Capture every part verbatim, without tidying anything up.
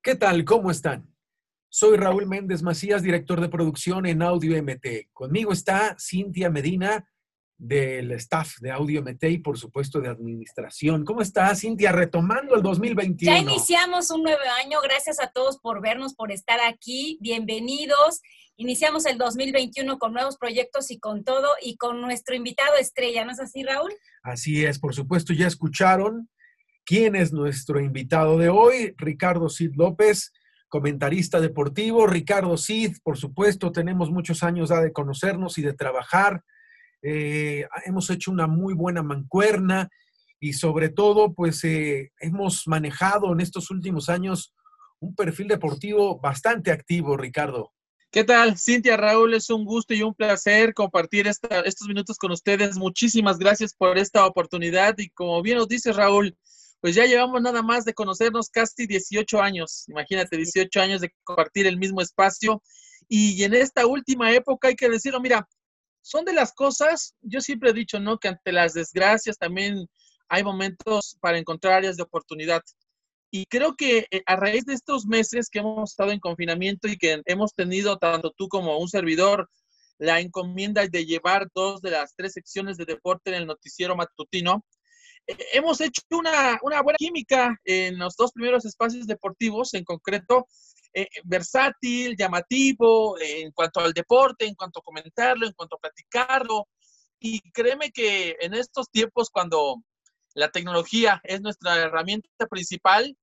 ¿Qué tal? ¿Cómo están? Soy Raúl Méndez Macías, director de producción en Audio M T. Conmigo está Cintia Medina, del staff de Audio M T y, por supuesto, de administración. ¿Cómo está, Cintia? Retomando el Ya dos mil veintiuno. iniciamos un nuevo año. Gracias a todos por vernos, por estar aquí. Bienvenidos. Iniciamos el dos mil veintiuno con nuevos proyectos y con todo, y con nuestro invitado estrella. ¿No es así, Raúl? Así es, por supuesto, ya escucharon quién es nuestro invitado de hoy, Ricardo Cid López, comentarista deportivo. Ricardo Cid, por supuesto, tenemos muchos años ya de conocernos y de trabajar. Eh, hemos hecho una muy buena mancuerna y sobre todo, pues eh, hemos manejado en estos últimos años un perfil deportivo bastante activo, Ricardo. ¿Qué tal, Cintia, Raúl? Es un gusto y un placer compartir esta, estos minutos con ustedes. Muchísimas gracias por esta oportunidad y como bien nos dice Raúl, pues ya llevamos nada más de conocernos casi dieciocho años. Imagínate, dieciocho años de compartir el mismo espacio y en esta última época hay que decirlo, mira, son de las cosas, yo siempre he dicho, ¿no? Que ante las desgracias también hay momentos para encontrar áreas de oportunidad. Y creo que eh, a raíz de estos meses que hemos estado en confinamiento y que hemos tenido, tanto tú como un servidor, la encomienda de llevar dos de las tres secciones de deporte en el noticiero matutino, eh, hemos hecho una, una buena química en los dos primeros espacios deportivos, en concreto, eh, versátil, llamativo, eh, en cuanto al deporte, en cuanto a comentarlo, en cuanto a platicarlo. Y créeme que en estos tiempos, cuando la tecnología es nuestra herramienta principal,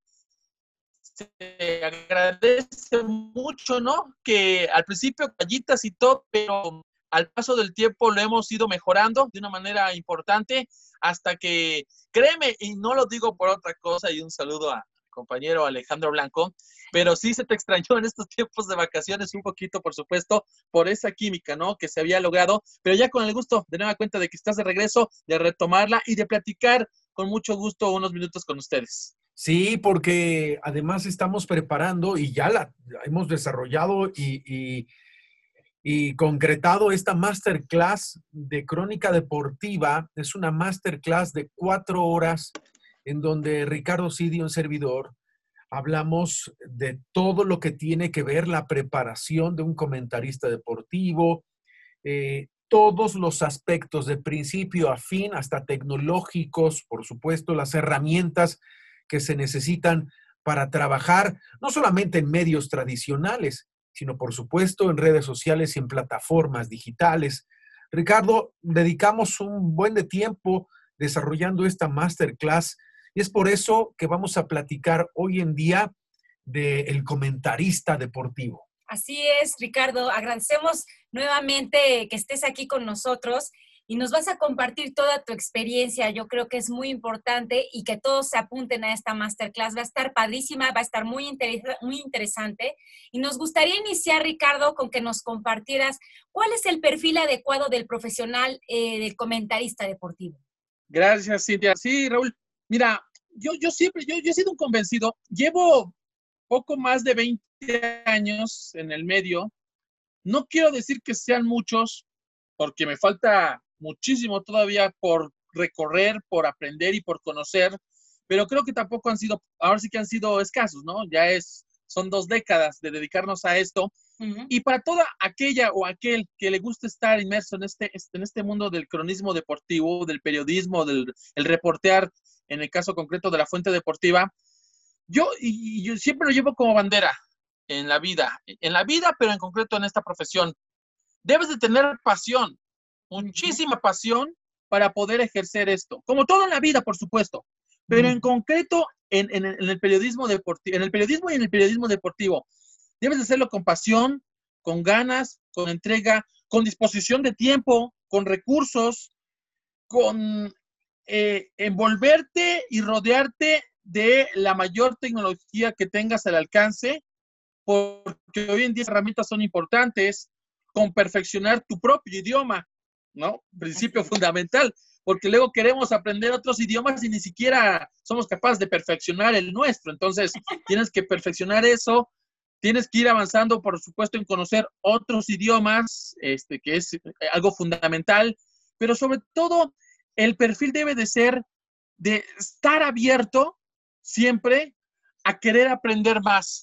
se agradece mucho, ¿no? Que al principio callitas y todo, pero al paso del tiempo lo hemos ido mejorando de una manera importante hasta que, créeme, y no lo digo por otra cosa, y un saludo a compañero Alejandro Blanco, pero sí se te extrañó en estos tiempos de vacaciones un poquito, por supuesto, por esa química, ¿no? Que se había logrado, pero ya con el gusto de nueva cuenta de que estás de regreso, de retomarla y de platicar con mucho gusto unos minutos con ustedes. Sí, porque además estamos preparando y ya la hemos desarrollado y, y, y concretado esta masterclass de crónica deportiva. Es una masterclass de cuatro horas en donde Ricardo Cid y un servidor hablamos de todo lo que tiene que ver la preparación de un comentarista deportivo, eh, todos los aspectos de principio a fin, hasta tecnológicos, por supuesto, las herramientas que se necesitan para trabajar, no solamente en medios tradicionales, sino por supuesto en redes sociales y en plataformas digitales. Ricardo, dedicamos un buen de tiempo desarrollando esta masterclass y es por eso que vamos a platicar hoy en día del comentarista deportivo. Así es, Ricardo. Agradecemos nuevamente que estés aquí con nosotros y nos vas a compartir toda tu experiencia. Yo creo que es muy importante y que todos se apunten a esta masterclass. Va a estar padrísima, va a estar muy, interesa- muy interesante. Y nos gustaría iniciar, Ricardo, con que nos compartieras cuál es el perfil adecuado del profesional, eh, del comentarista deportivo. Gracias, Cintia. Sí, Raúl. Mira, yo, yo siempre, yo, yo he sido un convencido. Llevo poco más de veinte años en el medio. No quiero decir que sean muchos, porque me falta muchísimo todavía por recorrer, por aprender y por conocer, pero creo que tampoco han sido, ahora sí que han sido escasos, ¿no? Ya es, son dos décadas de dedicarnos a esto. Uh-huh. Y para toda aquella o aquel que le guste estar inmerso en este, en este mundo del cronismo deportivo, del periodismo, del el reportear, en el caso concreto de la fuente deportiva, yo, y yo siempre lo llevo como bandera en la vida, en la vida, pero en concreto en esta profesión. Debes de tener pasión, muchísima pasión para poder ejercer esto, como todo en la vida, por supuesto, pero en concreto en, en, en el periodismo deportivo, en el periodismo y en el periodismo deportivo. Debes de hacerlo con pasión, con ganas, con entrega, con disposición de tiempo, con recursos, con eh, envolverte y rodearte de la mayor tecnología que tengas al alcance, porque hoy en día las herramientas son importantes, con perfeccionar tu propio idioma, ¿no? Principio fundamental, porque luego queremos aprender otros idiomas y ni siquiera somos capaces de perfeccionar el nuestro. Entonces, tienes que perfeccionar eso, tienes que ir avanzando, por supuesto, en conocer otros idiomas, este, que es algo fundamental, pero sobre todo, el perfil debe de ser de estar abierto siempre a querer aprender más,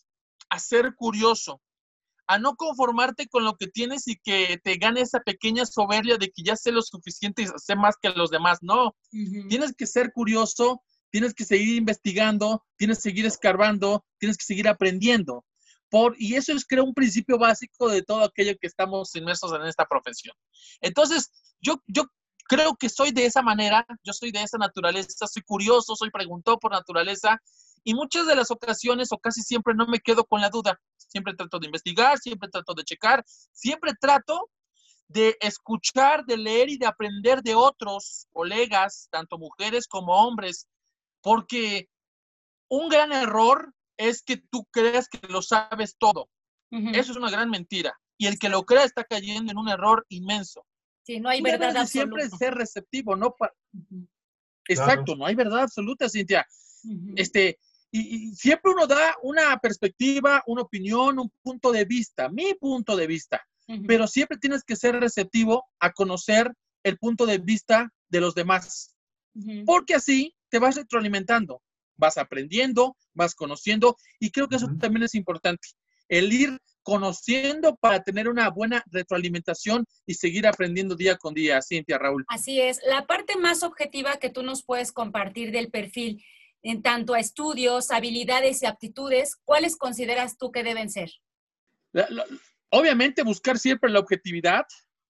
a ser curioso, a no conformarte con lo que tienes y que te gane esa pequeña soberbia de que ya sé lo suficiente y sé más que los demás. No, uh-huh. Tienes que ser curioso, tienes que seguir investigando, tienes que seguir escarbando, tienes que seguir aprendiendo. Por, y eso es, creo, un principio básico de todo aquello que estamos inmersos en esta profesión. Entonces, yo, yo creo que soy de esa manera, yo soy de esa naturaleza, soy curioso, soy preguntón por naturaleza, y muchas de las ocasiones, o casi siempre, no me quedo con la duda. Siempre trato de investigar, siempre trato de checar, siempre trato de escuchar, de leer y de aprender de otros colegas, tanto mujeres como hombres, porque un gran error es que tú creas que lo sabes todo. Uh-huh. Eso es una gran mentira. Y el que lo crea está cayendo en un error inmenso. Sí, no hay tú verdad debes de absoluta. Siempre ser receptivo, ¿no? Pa- uh-huh. Exacto, claro. No hay verdad absoluta, Cintia. Uh-huh. Este, y, y siempre uno da una perspectiva, una opinión, un punto de vista, mi punto de vista. Uh-huh. Pero siempre tienes que ser receptivo a conocer el punto de vista de los demás. Uh-huh. Porque así te vas retroalimentando. Vas aprendiendo, vas conociendo, y creo que eso uh-huh. también es importante, el ir conociendo para tener una buena retroalimentación y seguir aprendiendo día con día, Cintia, Raúl. Así es, la parte más objetiva que tú nos puedes compartir del perfil, en tanto a estudios, habilidades y aptitudes, ¿cuáles consideras tú que deben ser? La, la, obviamente buscar siempre la objetividad,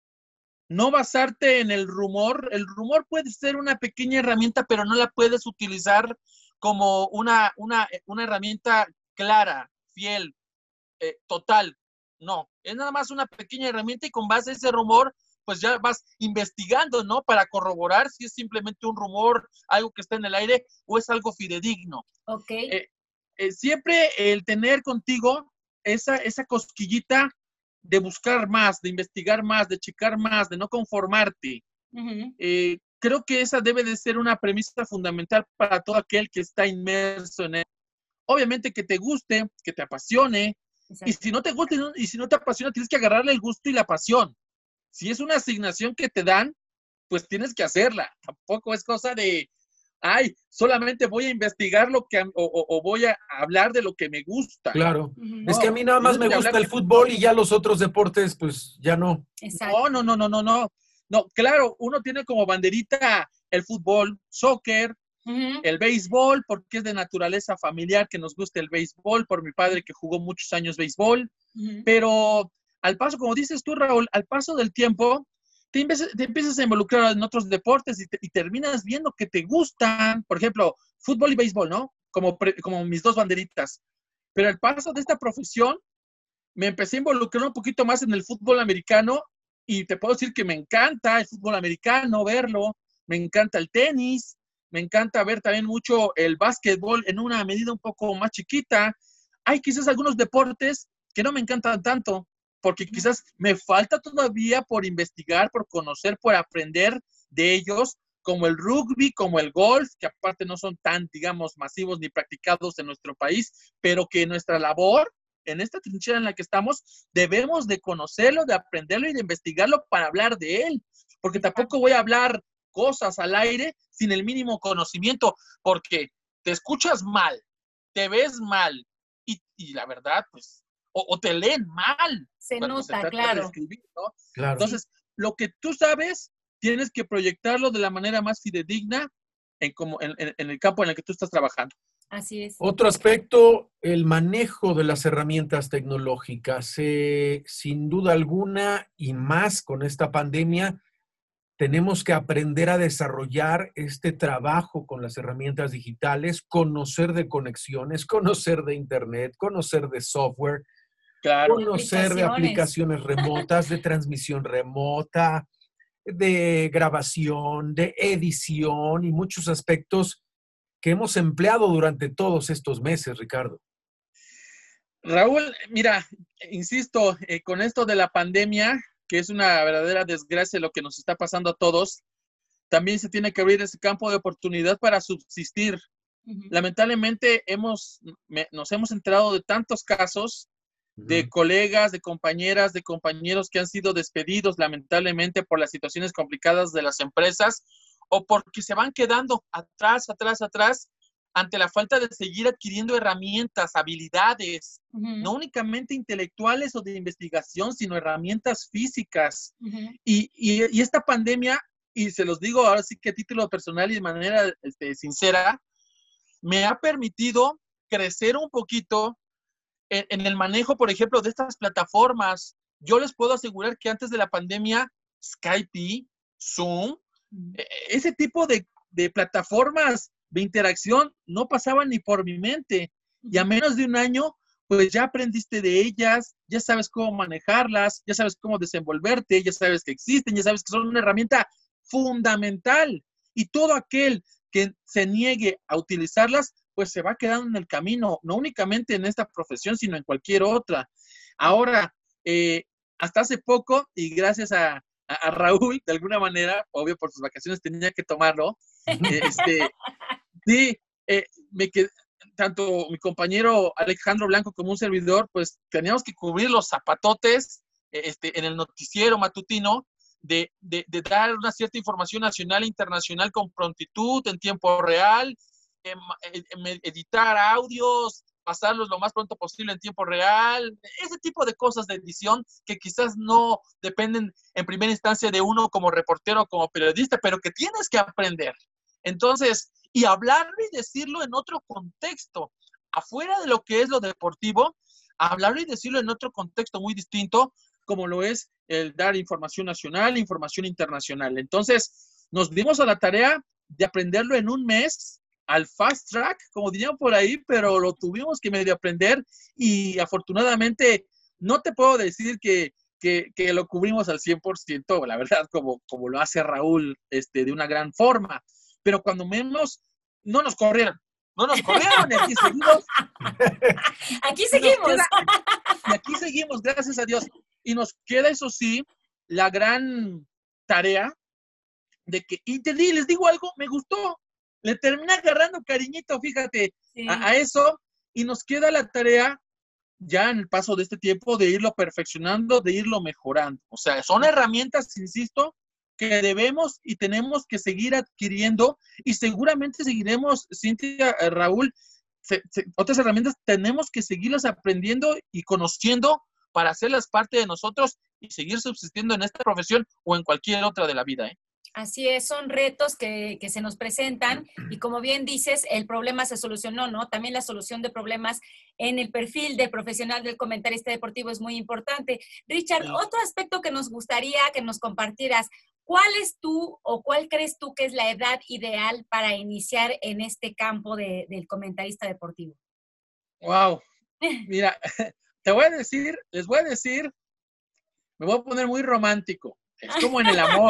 no basarte en el rumor. El rumor puede ser una pequeña herramienta, pero no la puedes utilizar como una, una, una herramienta clara, fiel, eh, total. No, es nada más una pequeña herramienta y con base a ese rumor, pues ya vas investigando, ¿no? Para corroborar si es simplemente un rumor, algo que está en el aire, o es algo fidedigno. Ok. Eh, eh, siempre el tener contigo esa, esa cosquillita de buscar más, de investigar más, de checar más, de no conformarte. Uh-huh. Eh, creo que esa debe de ser una premisa fundamental para todo aquel que está inmerso en él. Obviamente que te guste, que te apasione, exacto. Y si no te gusta y si no te apasiona, tienes que agarrarle el gusto y la pasión. Si es una asignación que te dan, pues tienes que hacerla. Tampoco es cosa de, ay, solamente voy a investigar lo que, o, o, o voy a hablar de lo que me gusta. Claro. No, es que a mí nada más me gusta el fútbol y ya los otros deportes, pues ya no. Exacto. No, no, no, no, no. No, claro, uno tiene como banderita el fútbol, soccer, uh-huh. el béisbol, porque es de naturaleza familiar que nos gusta el béisbol, por mi padre que jugó muchos años béisbol, uh-huh. Pero al paso, como dices tú, Raúl, al paso del tiempo, te, empiezas, te empiezas a involucrar en otros deportes y, te, y terminas viendo que te gustan, por ejemplo, fútbol y béisbol, ¿no? Como, pre, como mis dos banderitas. Pero al paso de esta profesión, me empecé a involucrar un poquito más en el fútbol americano y te puedo decir que me encanta el fútbol americano, verlo, me encanta el tenis, me encanta ver también mucho el básquetbol en una medida un poco más chiquita. Hay quizás algunos deportes que no me encantan tanto, porque quizás me falta todavía por investigar, por conocer, por aprender de ellos, como el rugby, como el golf, que aparte no son tan, digamos, masivos ni practicados en nuestro país, pero que nuestra labor en esta trinchera en la que estamos, debemos de conocerlo, de aprenderlo y de investigarlo para hablar de él, porque tampoco voy a hablar cosas al aire sin el mínimo conocimiento, porque te escuchas mal, te ves mal, y, y la verdad, pues, o, o te leen mal. Se nota, se claro. De escribir, ¿no? Claro. Entonces, lo que tú sabes, tienes que proyectarlo de la manera más fidedigna en, como, en, en, en el campo en el que tú estás trabajando. Así es. Otro aspecto, el manejo de las herramientas tecnológicas. Eh, sin duda alguna, y más con esta pandemia, tenemos que aprender a desarrollar este trabajo con las herramientas digitales, conocer de conexiones, conocer de internet, conocer de software, claro. conocer de aplicaciones remotas, de transmisión remota, de grabación, de edición y muchos aspectos que hemos empleado durante todos estos meses, Ricardo. Raúl, mira, insisto, eh, con esto de la pandemia, que es una verdadera desgracia lo que nos está pasando a todos, también se tiene que abrir ese campo de oportunidad para subsistir. Uh-huh. Lamentablemente hemos, me, nos hemos enterado de tantos casos uh-huh. de colegas, de compañeras, de compañeros que han sido despedidos lamentablemente por las situaciones complicadas de las empresas o porque se van quedando atrás, atrás, atrás ante la falta de seguir adquiriendo herramientas, habilidades, uh-huh. no únicamente intelectuales o de investigación, sino herramientas físicas. Uh-huh. Y, y, y esta pandemia, y se los digo ahora sí que a título personal y de manera este, sincera, me ha permitido crecer un poquito en, en el manejo, por ejemplo, de estas plataformas. Yo les puedo asegurar que antes de la pandemia, Skype, Zoom, uh-huh. ese tipo de, de plataformas de interacción no pasaban ni por mi mente. Uh-huh. Y a menos de un año, pues ya aprendiste de ellas, ya sabes cómo manejarlas, ya sabes cómo desenvolverte, ya sabes que existen, ya sabes que son una herramienta fundamental. Y todo aquel que se niegue a utilizarlas, pues se va quedando en el camino, no únicamente en esta profesión, sino en cualquier otra. Ahora, eh, hasta hace poco, y gracias a, a, a Raúl, de alguna manera, obvio por sus vacaciones tenía que tomarlo, este, sí, eh, me quedé, tanto mi compañero Alejandro Blanco como un servidor, pues teníamos que cubrir los zapatotes este, en el noticiero matutino, De, de, de dar una cierta información nacional e internacional con prontitud, en tiempo real, eh, eh, editar audios, pasarlos lo más pronto posible en tiempo real, ese tipo de cosas de edición que quizás no dependen en primera instancia de uno como reportero, como periodista, pero que tienes que aprender. Entonces, y hablarlo y decirlo en otro contexto, afuera de lo que es lo deportivo, hablarlo y decirlo en otro contexto muy distinto, como lo es el dar información nacional, información internacional. Entonces, nos dimos a la tarea de aprenderlo en un mes, al fast track, como dirían por ahí, pero lo tuvimos que medio aprender y afortunadamente no te puedo decir que, que, que lo cubrimos al cien por ciento, la verdad, como, como lo hace Raúl este, de una gran forma, pero cuando menos no nos corrieron. No nos corrieron y aquí seguimos. Aquí seguimos. Queda, y aquí seguimos, gracias a Dios. Y nos queda, eso sí, la gran tarea de que, y te di, les digo algo, me gustó. Le terminé agarrando cariñito, fíjate, sí. a, a eso. Y nos queda la tarea, ya en el paso de este tiempo, de irlo perfeccionando, de irlo mejorando. O sea, son herramientas, insisto, que debemos y tenemos que seguir adquiriendo y seguramente seguiremos, Cintia, Raúl, se, se, otras herramientas tenemos que seguirlas aprendiendo y conociendo para hacerlas parte de nosotros y seguir subsistiendo en esta profesión o en cualquier otra de la vida, ¿eh? Así es, son retos que, que se nos presentan y como bien dices, el problema se solucionó, ¿no? También la solución de problemas en el perfil de profesional del comentarista deportivo es muy importante. Richard, sí. Otro aspecto que nos gustaría que nos compartieras, ¿cuál es tú o cuál crees tú que es la edad ideal para iniciar en este campo de, del comentarista deportivo? Wow, mira, te voy a decir, les voy a decir, me voy a poner muy romántico, es como en el amor.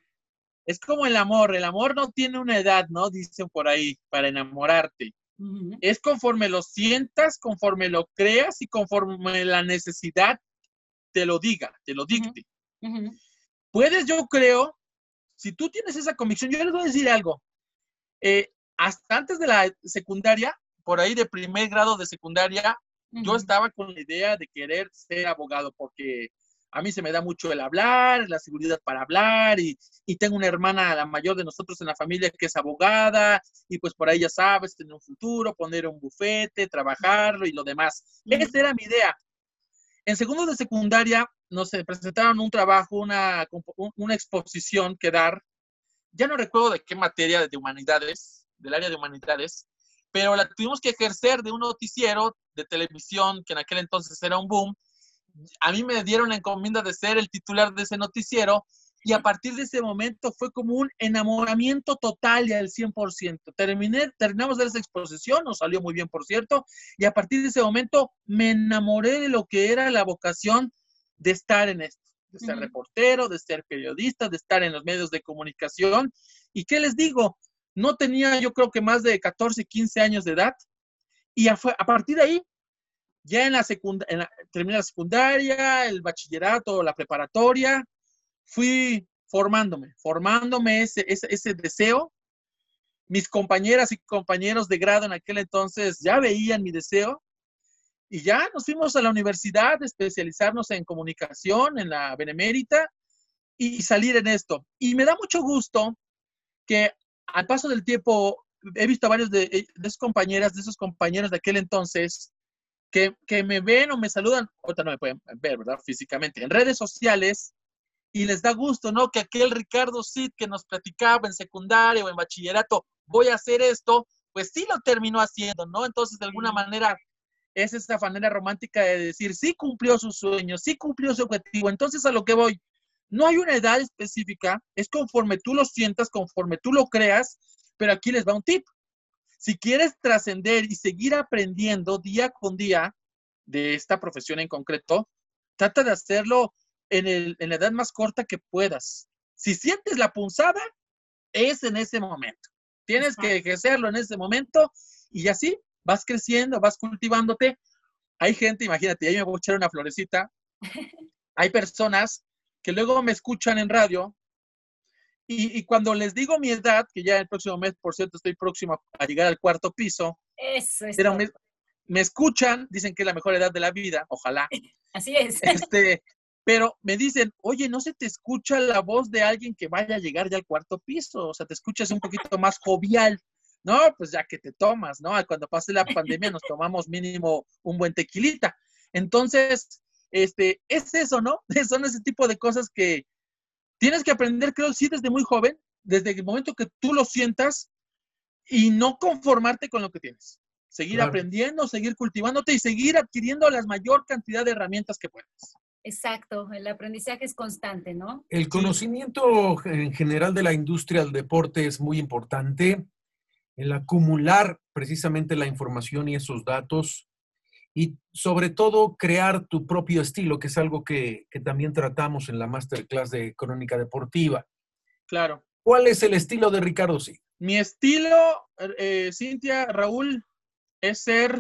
Es como el amor, el amor no tiene una edad, ¿no? Dicen por ahí, para enamorarte. Uh-huh. Es conforme lo sientas, conforme lo creas y conforme la necesidad te lo diga, te lo dicte. Uh-huh. Uh-huh. Puedes, yo creo, si tú tienes esa convicción, yo les voy a decir algo. Eh, hasta antes de la secundaria, por ahí de primer grado de secundaria, uh-huh. yo estaba con la idea de querer ser abogado porque a mí se me da mucho el hablar, la seguridad para hablar, y, y tengo una hermana, la mayor de nosotros en la familia, que es abogada, y pues por ahí ya sabes, tener un futuro, poner un bufete, trabajarlo y lo demás. Mm. Esa era mi idea. En segundo de secundaria nos presentaron un trabajo, una, una exposición que dar, ya no recuerdo de qué materia, de humanidades, del área de humanidades, pero la tuvimos que ejercer de un noticiero de televisión, que en aquel entonces era un boom. A mí me dieron la encomienda de ser el titular de ese noticiero y a partir de ese momento fue como un enamoramiento total y al cien por ciento. Terminé, terminamos de esa exposición, nos salió muy bien, por cierto, y a partir de ese momento me enamoré de lo que era la vocación de estar en esto, de ser uh-huh. reportero, de ser periodista, de estar en los medios de comunicación. ¿Y qué les digo? No tenía yo creo que más de catorce, quince años de edad y a, a partir de ahí ya en la secundaria, terminé la secundaria, el bachillerato, la preparatoria, fui formándome, formándome ese, ese, ese deseo. Mis compañeras y compañeros de grado en aquel entonces ya veían mi deseo y ya nos fuimos a la universidad, especializarnos en comunicación, en la Benemérita y salir en esto. Y me da mucho gusto que al paso del tiempo he visto a varios de, de esas compañeras, de esos compañeros de aquel entonces, que, que me ven o me saludan, ahorita no me pueden ver, ¿verdad? Físicamente, en redes sociales, y les da gusto, ¿no? Que aquel Ricardo Cid que nos platicaba en secundaria o en bachillerato, voy a hacer esto, pues sí lo terminó haciendo, ¿no? Entonces, de alguna manera, es esa manera romántica de decir, sí cumplió sus sueños, sí cumplió su objetivo. Entonces, a lo que voy, no hay una edad específica, es conforme tú lo sientas, conforme tú lo creas, pero aquí les va un tip. Si quieres trascender y seguir aprendiendo día con día de esta profesión en concreto, trata de hacerlo en, el, en la edad más corta que puedas. Si sientes la punzada, es en ese momento. Tienes que ejercerlo en ese momento y así vas creciendo, vas cultivándote. Hay gente, imagínate, ahí me voy a echar una florecita. Hay personas que luego me escuchan en radio y, y cuando les digo mi edad, que ya el próximo mes, por cierto, estoy próximo a llegar al cuarto piso, Eso es pero todo. me, me escuchan, dicen que es la mejor edad de la vida, ojalá. Así es. Este, pero me dicen, oye, ¿no se te escucha la voz de alguien que vaya a llegar ya al cuarto piso? O sea, te escuchas un poquito más jovial. No, pues ya que te tomas, ¿no? Cuando pase la pandemia nos tomamos mínimo un buen tequilita. Entonces, este, es eso, ¿no? Son ese tipo de cosas que tienes que aprender, creo, sí, desde muy joven, desde el momento que tú lo sientas y no conformarte con lo que tienes. Seguir Claro. aprendiendo, seguir cultivándote y seguir adquiriendo la mayor cantidad de herramientas que puedas. Exacto, el aprendizaje es constante, ¿no? El conocimiento en general de la industria del deporte es muy importante. El acumular precisamente la información y esos datos y sobre todo crear tu propio estilo, que es algo que, que también tratamos en la masterclass de Crónica Deportiva. Claro. ¿Cuál es el estilo de Ricardo Cid? Mi estilo, eh, Cintia, Raúl, es ser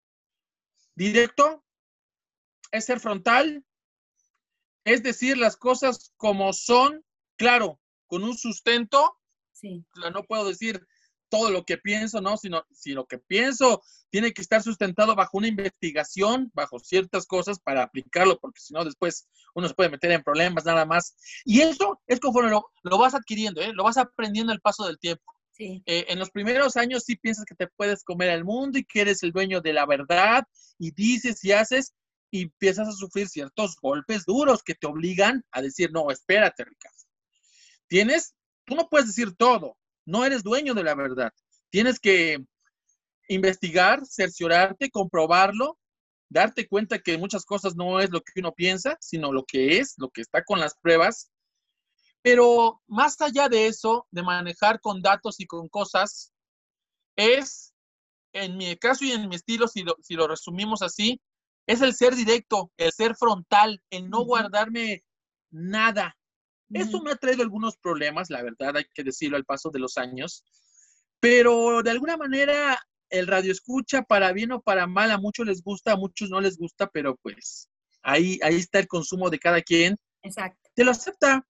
directo, es ser frontal, es decir las cosas como son, claro, con un sustento. Sí. No puedo decir todo lo que pienso, ¿no? Sino, si lo que pienso tiene que estar sustentado bajo una investigación, bajo ciertas cosas para aplicarlo, porque si no después uno se puede meter en problemas nada más. Y eso es conforme lo, lo vas adquiriendo, ¿eh? Lo vas aprendiendo al paso del tiempo. Sí. Eh, en los primeros años sí piensas que te puedes comer al mundo y que eres el dueño de la verdad y dices y haces y empiezas a sufrir ciertos golpes duros que te obligan a decir, no, espérate, Ricardo. Tienes, tú no puedes decir todo, no eres dueño de la verdad. Tienes que investigar, cerciorarte, comprobarlo, darte cuenta que muchas cosas no es lo que uno piensa, sino lo que es, lo que está con las pruebas. Pero más allá de eso, de manejar con datos y con cosas, es, en mi caso y en mi estilo, si lo, si lo resumimos así, es el ser directo, el ser frontal, el no uh-huh. guardarme nada. Uh-huh. Eso me ha traído algunos problemas, la verdad, hay que decirlo al paso de los años, pero de alguna manera el radio escucha, para bien o para mal, a muchos les gusta, a muchos no les gusta, pero pues ahí, ahí está el consumo de cada quien. Exacto. Te lo acepta.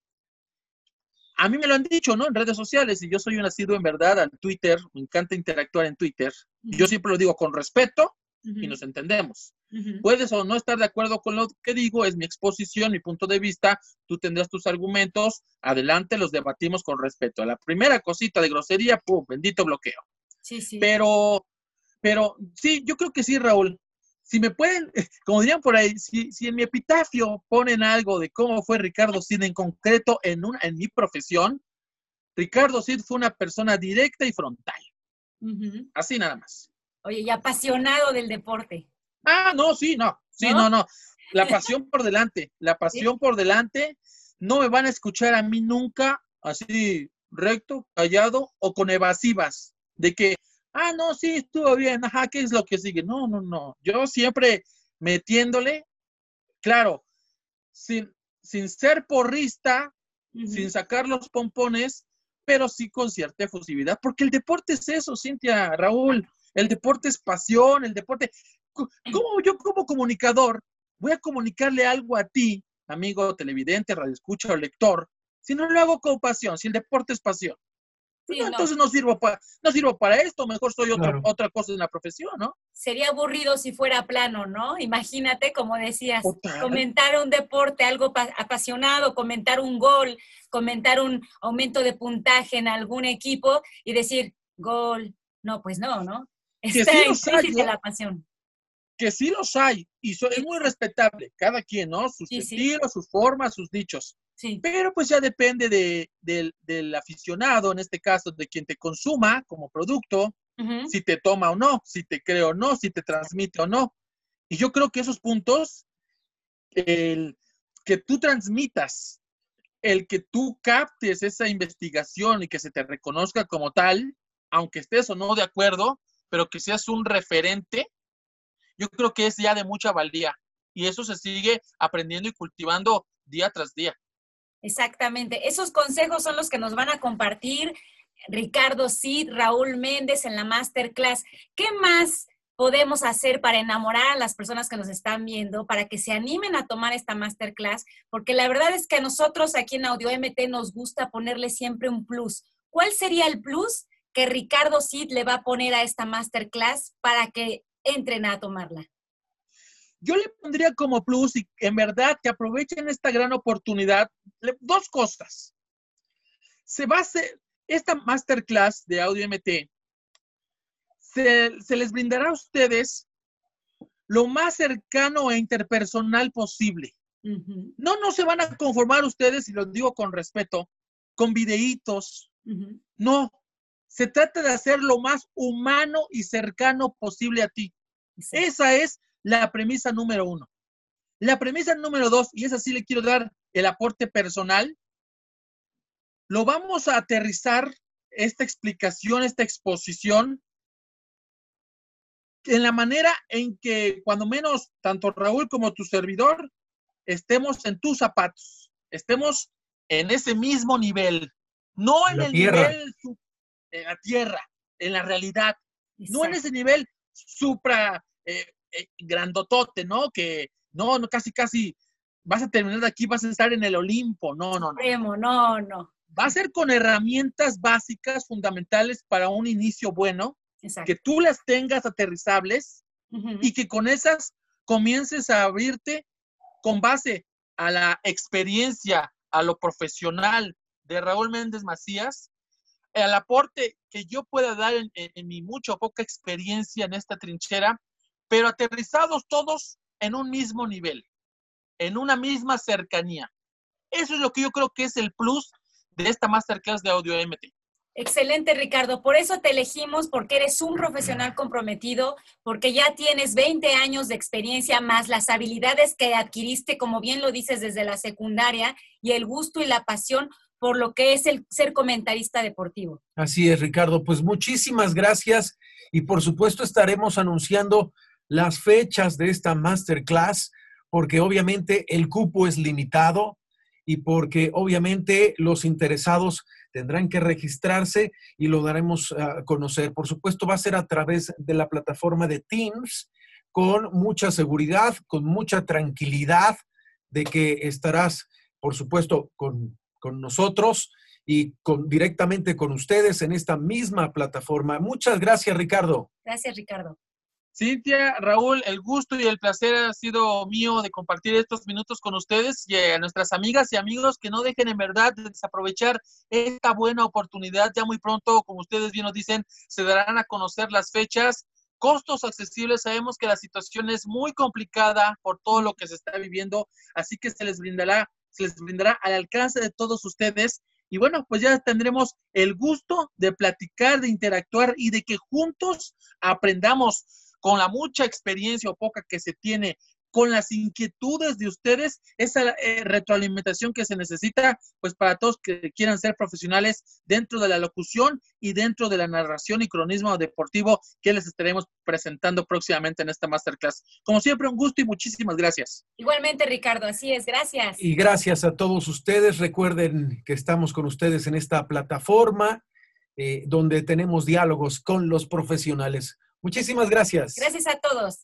A mí me lo han dicho, ¿no? En redes sociales, y yo soy un asiduo en verdad al Twitter, me encanta interactuar en Twitter. Uh-huh. Yo siempre lo digo con respeto uh-huh. y nos entendemos. Uh-huh. Puedes o no estar de acuerdo con lo que digo, es mi exposición, mi punto de vista, tú tendrás tus argumentos, adelante, los debatimos con respeto. A la primera cosita de grosería, pum, bendito bloqueo. Sí, sí. Pero, pero sí, yo creo que sí, Raúl. Si me pueden, como dirían por ahí, si, si en mi epitafio ponen algo de cómo fue Ricardo Cid en concreto en, una, en mi profesión, Ricardo Cid fue una persona directa y frontal. Uh-huh. Así nada más. Oye, y apasionado del deporte. Ah, no, sí, no. Sí, no, no. no. La pasión por delante. La pasión ¿sí? por delante. No me van a escuchar a mí nunca así recto, callado o con evasivas. De que, ah, no, sí, estuvo bien, ajá, ¿qué es lo que sigue? No, no, no. Yo siempre metiéndole, claro, sin, sin ser porrista, uh-huh. sin sacar los pompones, pero sí con cierta efusividad, porque el deporte es eso, Cintia, Raúl, el deporte es pasión, el deporte... ¿Cómo yo como comunicador voy a comunicarle algo a ti, amigo televidente, radioescucha o lector, si no lo hago con pasión, si el deporte es pasión? Sí, no, no. Entonces no sirvo, para, no sirvo para esto, mejor soy otro, claro. otra cosa en la profesión, ¿no? Sería aburrido si fuera plano, ¿no? Imagínate, como decías, Total. comentar un deporte, algo apasionado, comentar un gol, comentar un aumento de puntaje en algún equipo y decir, gol, No, pues no, ¿no? Que Está sí los hay, implícita ¿eh? la pasión. Que sí los hay, y so, es muy respetable, cada quien, ¿no? Sus Sí, sí. estilos, sus formas, sus dichos. Sí. Pero pues ya depende de, de, del aficionado, en este caso, de quien te consuma como producto, uh-huh. si te toma o no, si te cree o no, si te transmite o no. Y yo creo que esos puntos, el que tú transmitas, el que tú captes esa investigación y que se te reconozca como tal, aunque estés o no de acuerdo, pero que seas un referente, yo creo que es ya de mucha valía. Y eso se sigue aprendiendo y cultivando día tras día. Exactamente. Esos consejos son los que nos van a compartir Ricardo Cid, Raúl Méndez en la Masterclass. ¿Qué más podemos hacer para enamorar a las personas que nos están viendo, para que se animen a tomar esta Masterclass? Porque la verdad es que a nosotros aquí en Audio M T nos gusta ponerle siempre un plus. ¿Cuál sería el plus que Ricardo Cid le va a poner a esta Masterclass para que entren a tomarla? Yo le pondría como plus y en verdad que aprovechen esta gran oportunidad. Dos cosas. Se va a hacer esta Masterclass de Audio M T. Se, se les brindará a ustedes lo más cercano e interpersonal posible. Uh-huh. No, no se van a conformar ustedes, y lo digo con respeto, con videitos. Uh-huh. No, se trata de hacer lo más humano y cercano posible a ti. Sí. Esa es la premisa número uno. La premisa número dos, y esa sí le quiero dar el aporte personal, lo vamos a aterrizar, esta explicación, esta exposición, en la manera en que, cuando menos, tanto Raúl como tu servidor, estemos en tus zapatos, estemos en ese mismo nivel, no en la el tierra. nivel de la tierra, en la realidad, exacto. No en ese nivel supra eh, eh, grandotote, ¿no? Que no, no, casi, casi vas a terminar de aquí, vas a estar en el Olimpo, no, no, Supremo, no, no. Va a ser con herramientas básicas, fundamentales para un inicio bueno, exacto. Que tú las tengas aterrizables uh-huh. Y que con esas comiences a abrirte con base a la experiencia, a lo profesional de Raúl Méndez Macías, el aporte que yo pueda dar en, en, en mi mucha o poca experiencia en esta trinchera, pero aterrizados todos en un mismo nivel, en una misma cercanía. Eso es lo que yo creo que es el plus de esta Masterclass de Audio M T. Excelente, Ricardo. Por eso te elegimos, porque eres un profesional comprometido, porque ya tienes veinte años de experiencia, más las habilidades que adquiriste, como bien lo dices, desde la secundaria, y el gusto y la pasión por lo que es el ser comentarista deportivo. Así es, Ricardo. Pues muchísimas gracias, y por supuesto estaremos anunciando las fechas de esta Masterclass, porque obviamente el cupo es limitado y porque obviamente los interesados tendrán que registrarse y lo daremos a conocer. Por supuesto, va a ser a través de la plataforma de Teams, con mucha seguridad, con mucha tranquilidad de que estarás, por supuesto, con, con nosotros y con, directamente con ustedes en esta misma plataforma. Muchas gracias, Ricardo. Gracias, Ricardo. Cintia, Raúl, el gusto y el placer ha sido mío de compartir estos minutos con ustedes, y a nuestras amigas y amigos que no dejen en verdad de desaprovechar esta buena oportunidad. Ya muy pronto, como ustedes bien nos dicen, se darán a conocer las fechas, costos accesibles. Sabemos que la situación es muy complicada por todo lo que se está viviendo, así que se les brindará, se les brindará al alcance de todos ustedes. Y bueno, pues ya tendremos el gusto de platicar, de interactuar y de que juntos aprendamos con la mucha experiencia o poca que se tiene, con las inquietudes de ustedes, esa eh, retroalimentación que se necesita, pues para todos que quieran ser profesionales dentro de la locución y dentro de la narración y cronismo deportivo que les estaremos presentando próximamente en esta Masterclass. Como siempre, un gusto y muchísimas gracias. Igualmente, Ricardo, así es, gracias. Y gracias a todos ustedes. Recuerden que estamos con ustedes en esta plataforma eh, donde tenemos diálogos con los profesionales. Muchísimas gracias. Gracias a todos.